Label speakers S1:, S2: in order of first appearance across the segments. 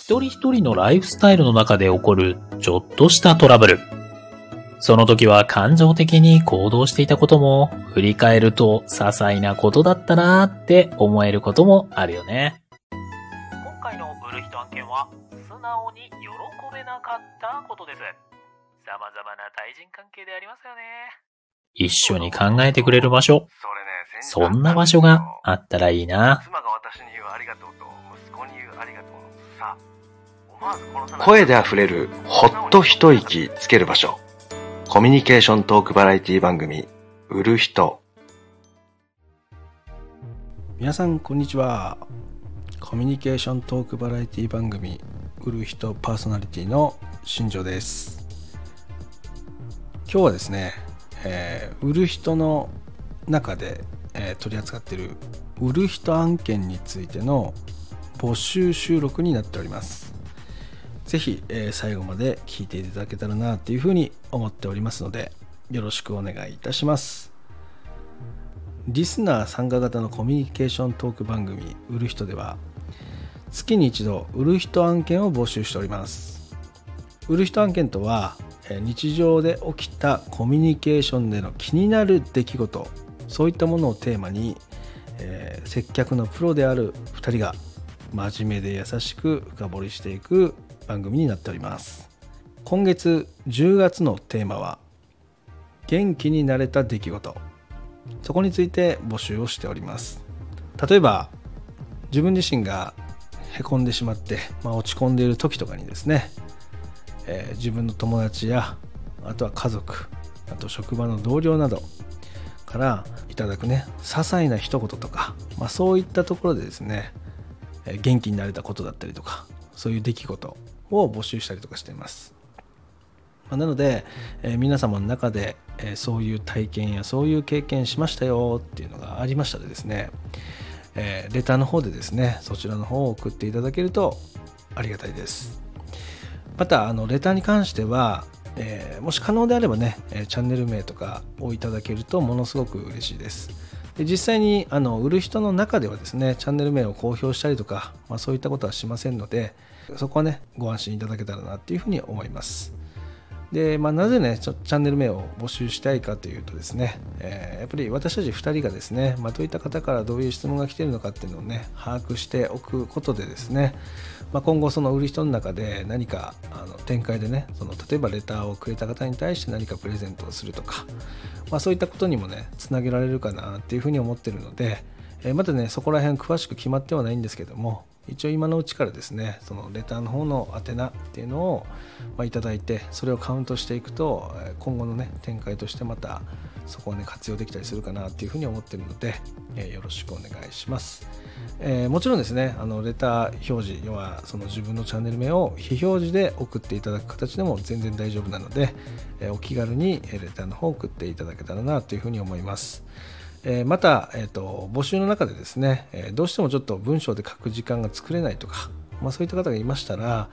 S1: 一人一人のライフスタイルの中で起こるちょっとしたトラブル。その時は感情的に行動していたことも、振り返ると些細なことだったなーって思えることもあるよね。今回の売る人案件は、素直に喜べなかったことです。様々な対人関係でありますよね。一緒に考えてくれる場所。そんな場所があったらいいな。
S2: 妻が私に言うありがとうと息子に言うありがとうのさ、思わずこの声であふれるほっと一息つける場所。コミュニケーショントークバラエティ番組売る人。
S3: 皆さんこんにちは。コミュニケーショントークバラエティ番組売る人パーソナリティの新庄です。今日はですね、売る人の中で取り扱っている売る人案件についての募集収録になっております。ぜひ、最後まで聞いていただけたらなというふうに思っておりますので、よろしくお願いいたします。リスナー参加型のコミュニケーショントーク番組売る人では、月に一度売る人案件を募集しております。売る人案件とは、日常で起きたコミュニケーションでの気になる出来事、そういったものをテーマに、接客のプロである2人が真面目で優しく深掘りしていく番組になっております。今月10月のテーマは元気になれた出来事、そこについて募集をしております。例えば自分自身がへこんでしまって、落ち込んでいる時とかにですね、自分の友達やあとは家族、あと職場の同僚などからいただくね、些細な一言とか、そういったところでですね、元気になれたことだったりとか、そういう出来事を募集したりとかしています。なので、皆様の中で、そういう体験やそういう経験しましたよっていうのがありましたらですね、レターの方でですね、そちらの方を送っていただけるとありがたいです。またレターに関しては、もし可能であればね、チャンネル名とかをいただけるとものすごく嬉しいです。で、実際に売る人の中ではですね、チャンネル名を公表したりとか、そういったことはしませんので、そこはねご安心いただけたらなっていうふうに思います。で、なぜねチャンネル名を募集したいかというとですね、やっぱり私たち2人がですね、どういった方からどういう質問が来ているのかっていうのをね把握しておくことでですね、今後その売る人の中で何か展開でね、例えばレターをくれた方に対して何かプレゼントをするとか、そういったことにもねつなげられるかなっていうふうに思ってるので、まだねそこら辺詳しく決まってはないんですけども、一応今のうちからですね、そのレターの方の宛名っていうのをいただいて、それをカウントしていくと今後のね展開としてまたそこをね活用できたりするかなっていうふうに思っているので、よろしくお願いします。もちろんですね、レター表示、要はその自分のチャンネル名を非表示で送っていただく形でも全然大丈夫なので、お気軽にレターの方を送っていただけたらなというふうに思います。また、募集の中でですね、どうしてもちょっと文章で書く時間が作れないとか、そういった方がいましたら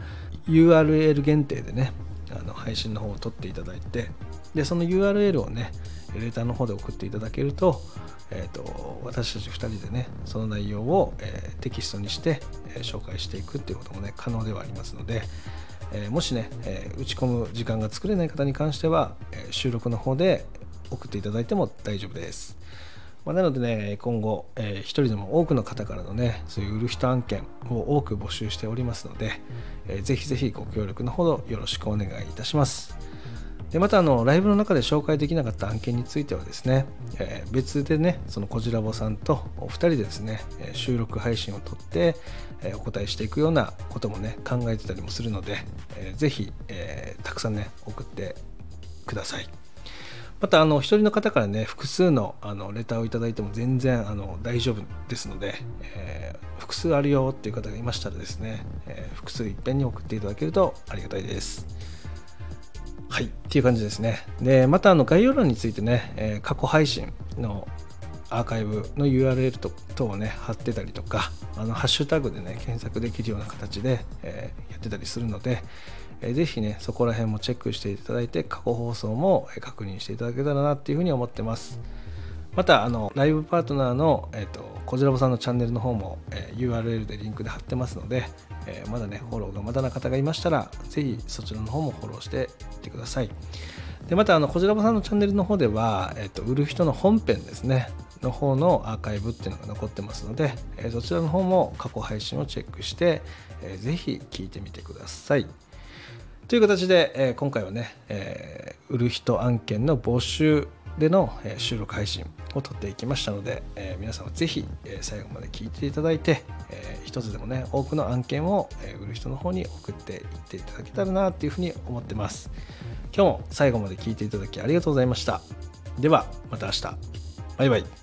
S3: URL 限定でね配信の方を取っていただいて、でその URL をねレターの方で送っていただけると、私たち2人でねその内容を、テキストにして、紹介していくっていうこともね可能ではありますので、もしね、打ち込む時間が作れない方に関しては、収録の方で送っていただいても大丈夫です。なのでね、今後、一人でも多くの方からのねそういう売る人案件を多く募集しておりますので、ぜひぜひご協力のほどよろしくお願いいたします。で、またライブの中で紹介できなかった案件についてはですね、別でねそのこじらぼさんとお二人でですね収録配信を撮って、お答えしていくようなこともね考えてたりもするので、ぜひ、たくさんね送ってください。また一人の方からね複数のレターをいただいても全然大丈夫ですので、複数あるよっていう方がいましたらですね、複数いっぺんに送っていただけるとありがたいです。はいっていう感じですね。で、また概要欄についてね、過去配信のアーカイブの URL 等をね貼ってたりとか、ハッシュタグでね検索できるような形で、やってたりするので、ぜひねそこら辺もチェックしていただいて、過去放送も確認していただけたらなっていうふうに思ってます。 またライブパートナーのこじらぼさんのチャンネルの方も、URL でリンクで貼ってますので、まだねフォローがまだな方がいましたらぜひそちらの方もフォローしていってください。でまたこじらぼさんのチャンネルの方では、売る人の本編ですねの方のアーカイブっていうのが残ってますので、そちらの方も過去配信をチェックして、ぜひ聞いてみてください。という形で、今回はね、売る人案件の募集での収録配信を撮っていきましたので、皆さんはぜひ最後まで聞いていただいて、一つでもね多くの案件を売る人の方に送っていっていただけたらなというふうに思ってます。今日も最後まで聞いていただきありがとうございました。ではまた明日。バイバイ。